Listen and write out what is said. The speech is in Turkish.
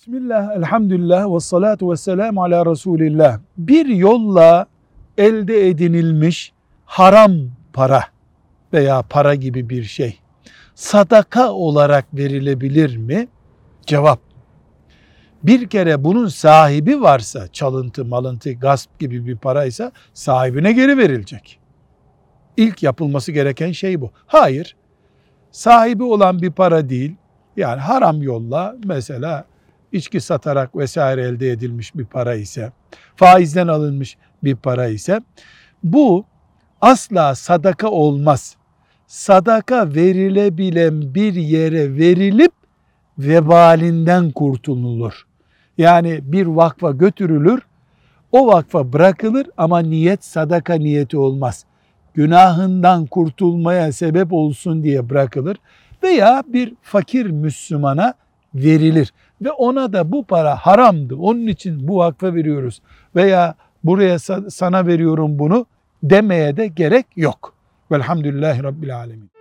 Bismillah, elhamdülillah ve salatu ve selamu ala Resulillah. Bir yolla elde edinilmiş haram para veya para gibi bir şey sadaka olarak verilebilir mi? Cevap: bir kere bunun sahibi varsa, çalıntı, malıntı, gasp gibi bir paraysa sahibine geri verilecek. İlk yapılması gereken şey bu. Hayır, sahibi olan bir para değil, yani haram yolla, mesela içki satarak vesaire elde edilmiş bir para ise, faizden alınmış bir para ise, bu asla sadaka olmaz. Sadaka verilebilen bir yere verilip vebalinden kurtulunur. Yani bir vakfa götürülür, o vakfa bırakılır ama niyet sadaka niyeti olmaz. Günahından kurtulmaya sebep olsun diye bırakılır veya bir fakir Müslümana verilir ve ona da bu para haramdı, onun için bu vakfa veriyoruz veya buraya sana veriyorum bunu demeye de gerek yok. Velhamdülillahi Rabbil Alemin.